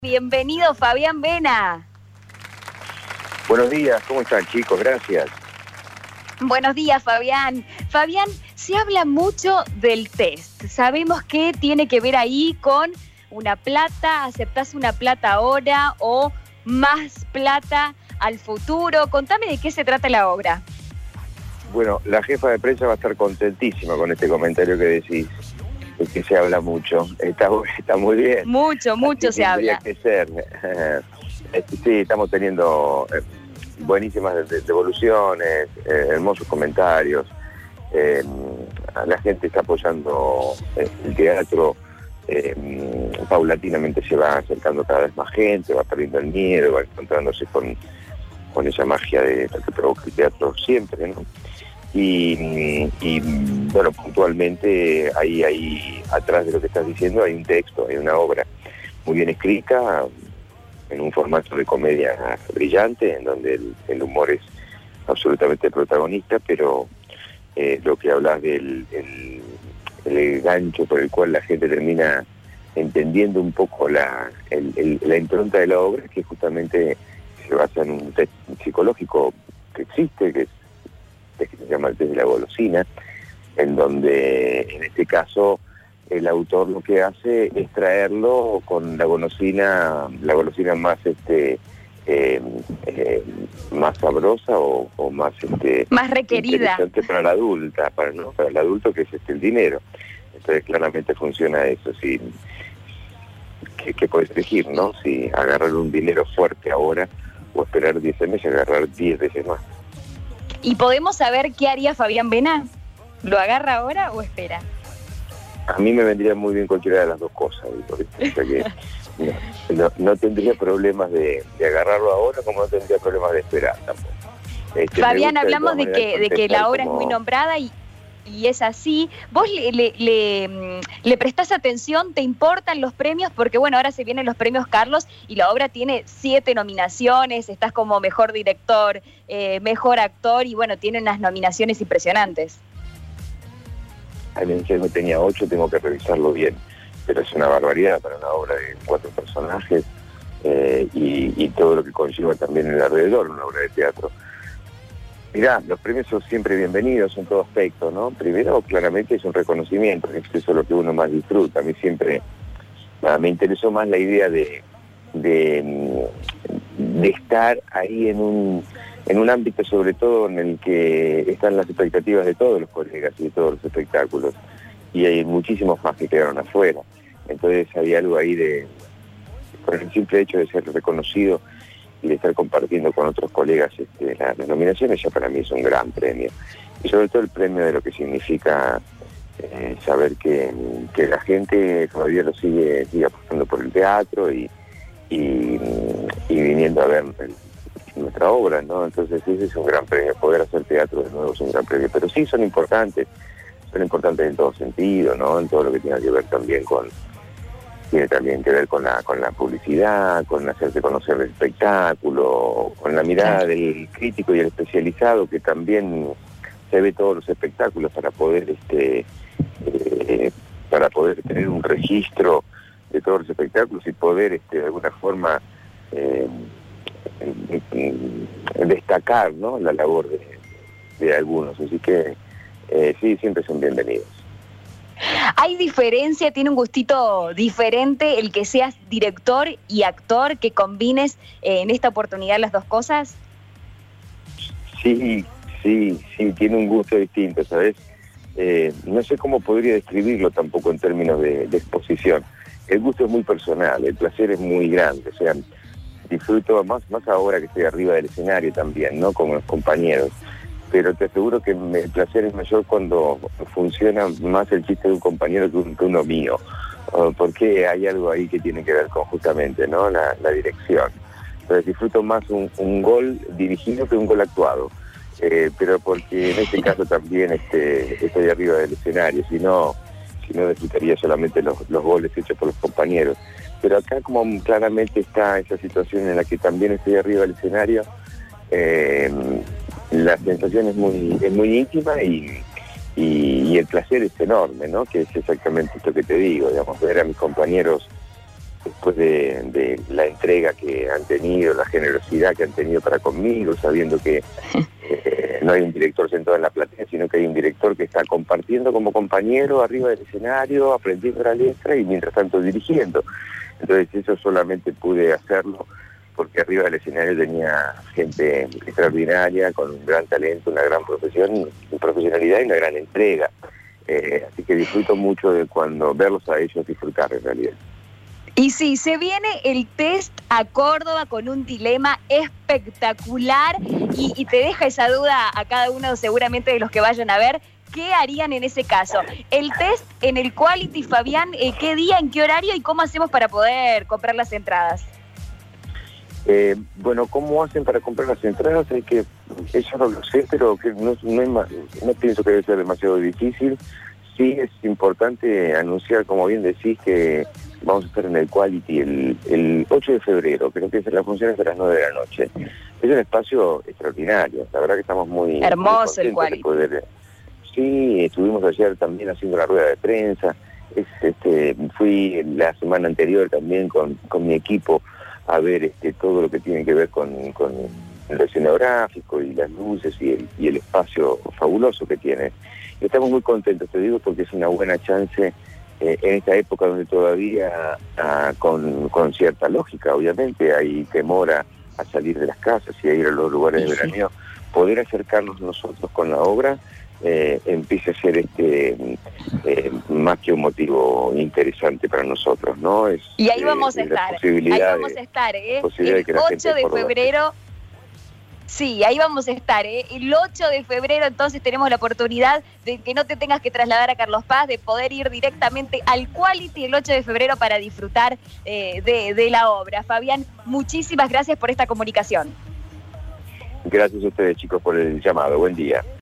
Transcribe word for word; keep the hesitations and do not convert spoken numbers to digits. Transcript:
Bienvenido, Fabián Vena. Buenos días, ¿cómo están, chicos? Gracias. Buenos días, Fabián. Fabián, se habla mucho del test. Sabemos que tiene que ver ahí con una plata, aceptás una plata ahora o más plata al futuro. Contame de qué se trata la obra. Bueno, la jefa de prensa va a estar contentísima con este comentario que decís, de que se habla mucho. Está, está muy bien. Mucho, mucho Así se habla. Tendría que ser. Sí, estamos teniendo buenísimas devoluciones, eh, hermosos comentarios. Eh, la gente está apoyando el teatro. Eh, paulatinamente se va acercando cada vez más gente, va perdiendo el miedo, va encontrándose con, con esa magia de lo que provoca el teatro siempre, ¿no? Y, y bueno, puntualmente ahí, ahí atrás de lo que estás diciendo hay un texto, hay una obra muy bien escrita, en un formato de comedia brillante, en donde el, el humor es absolutamente protagonista, pero eh, lo que hablas del el, el gancho por el cual la gente termina entendiendo un poco la, el, el, la impronta de la obra, que justamente se basa en un test psicológico que existe, que es que se llama el test de la golosina, en donde en este caso el autor lo que hace es traerlo con la golosina, la golosina más este eh, eh, más sabrosa o, o más este más requerida para la adulta, para no para el adulto, que es este el dinero. Entonces claramente funciona eso. Si que, que puedes elegir, ¿no? Si agarrar un dinero fuerte ahora o esperar diez meses y agarrar diez veces más. ¿Y podemos saber qué haría Fabián Vena? ¿Lo agarra ahora o espera? A mí me vendría muy bien cualquiera de las dos cosas. O sea que no, no, no tendría problemas de, de agarrarlo ahora, como no tendría problemas de esperar tampoco. Este, Fabián, hablamos de, de que, de que la obra como... es muy nombrada y, y es así. ¿Vos le, le, le, le prestás atención? ¿Te importan los premios? Porque bueno, ahora se vienen los premios Carlos y la obra tiene siete nominaciones, estás como mejor director, eh, mejor actor y bueno, tiene unas nominaciones impresionantes. A mí me tenía ocho, tengo que revisarlo bien, pero es una barbaridad para una obra de cuatro personajes eh, y, y todo lo que conlleva también el alrededor, una obra de teatro. Mirá, los premios son siempre bienvenidos en todo aspecto, ¿no? Primero, claramente es un reconocimiento, que eso es lo que uno más disfruta. A mí siempre nada, me interesó más la idea de, de, de estar ahí en un, en un ámbito sobre todo en el que están las expectativas de todos los colegas y de todos los espectáculos. Y hay muchísimos más que quedaron afuera. Entonces hay algo ahí de, con el simple hecho de ser reconocido y de estar compartiendo con otros colegas este, las, las nominaciones, ya para mí es un gran premio. Y sobre todo el premio de lo que significa eh, saber que, que la gente todavía lo sigue, sigue apostando por el teatro y, y, y viniendo a ver el, nuestra obra, ¿no? Entonces ese es un gran premio, poder hacer teatro de nuevo es un gran premio. Pero sí son importantes, son importantes en todo sentido, ¿no? En todo lo que tenga que ver también con tiene también que ver con la con la publicidad, con hacerte conocer el espectáculo, con la mirada del crítico y el especializado, que también se ve todos los espectáculos para poder este eh, para poder tener un registro de todos los espectáculos y poder este de alguna forma eh, destacar, ¿no? La labor de, de algunos. Así que eh, sí, siempre son bienvenidos. ¿Hay diferencia, tiene un gustito diferente el que seas director y actor, que combines eh, en esta oportunidad las dos cosas? Sí, sí, sí, tiene un gusto distinto, ¿sabes? Eh, no sé cómo podría describirlo tampoco en términos de, de exposición. El gusto es muy personal, el placer es muy grande, o sea, disfruto más, más ahora que estoy arriba del escenario también, ¿no? Con los compañeros. Pero te aseguro que el placer es mayor cuando funciona más el chiste de un compañero que, un, que uno mío, uh, porque hay algo ahí que tiene que ver con justamente, ¿no? la, la dirección. Entonces disfruto más un, un gol dirigido que un gol actuado, eh, pero porque en este caso también este, estoy arriba del escenario, si no, si no disfrutaría solamente los, los goles hechos por los compañeros. Pero acá como claramente está esa situación en la que también estoy arriba del escenario, eh, la sensación es muy, es muy íntima y, y, y el placer es enorme, ¿no? Que es exactamente esto que te digo, digamos, ver a mis compañeros después de, de la entrega que han tenido, la generosidad que han tenido para conmigo, sabiendo que eh, no hay un director sentado en la platea, sino que hay un director que está compartiendo como compañero arriba del escenario, aprendiendo la letra y mientras tanto dirigiendo. Entonces eso solamente pude hacerlo porque arriba del escenario tenía gente extraordinaria, con un gran talento, una gran profesión, profesionalidad y una gran entrega. Eh, así que disfruto mucho de cuando verlos a ellos disfrutar en realidad. Y sí, se viene el test a Córdoba con un dilema espectacular y, y te deja esa duda a cada uno seguramente de los que vayan a ver. ¿Qué harían en ese caso? El test en el Quality, Fabián, eh, ¿qué día, en qué horario y cómo hacemos para poder comprar las entradas? Eh, bueno, ¿cómo hacen para comprar las entradas? Hay que, eso no lo sé, pero que no, no, es más, no pienso que debe ser demasiado difícil. Sí es importante anunciar, como bien decís, que vamos a estar en el Quality el, el ocho de febrero, creo que es la función hasta las nueve de la noche. Es un espacio extraordinario, la verdad que estamos muy... Hermoso muy el Quality. De poder, sí, estuvimos ayer también haciendo la rueda de prensa, es, este, fui la semana anterior también con, con mi equipo a ver este, todo lo que tiene que ver con, con lo escenográfico y las luces y el, y el espacio fabuloso que tiene. Estamos muy contentos, te digo, porque es una buena chance eh, en esta época donde todavía, ah, con, con cierta lógica, obviamente, hay temor a, a salir de las casas y a ir a los lugares de veraneo, poder acercarnos nosotros con la obra eh, empieza a ser este eh, más que un motivo interesante para nosotros, ¿no? Es, y ahí vamos eh, a estar, ahí vamos a estar, ¿eh? El ocho de febrero... Sí, ahí vamos a estar, ¿eh? El ocho de febrero entonces tenemos la oportunidad de que no te tengas que trasladar a Carlos Paz, de poder ir directamente al Quality el ocho de febrero para disfrutar eh, de, de la obra. Fabián, muchísimas gracias por esta comunicación. Gracias a ustedes, chicos, por el llamado. Buen día.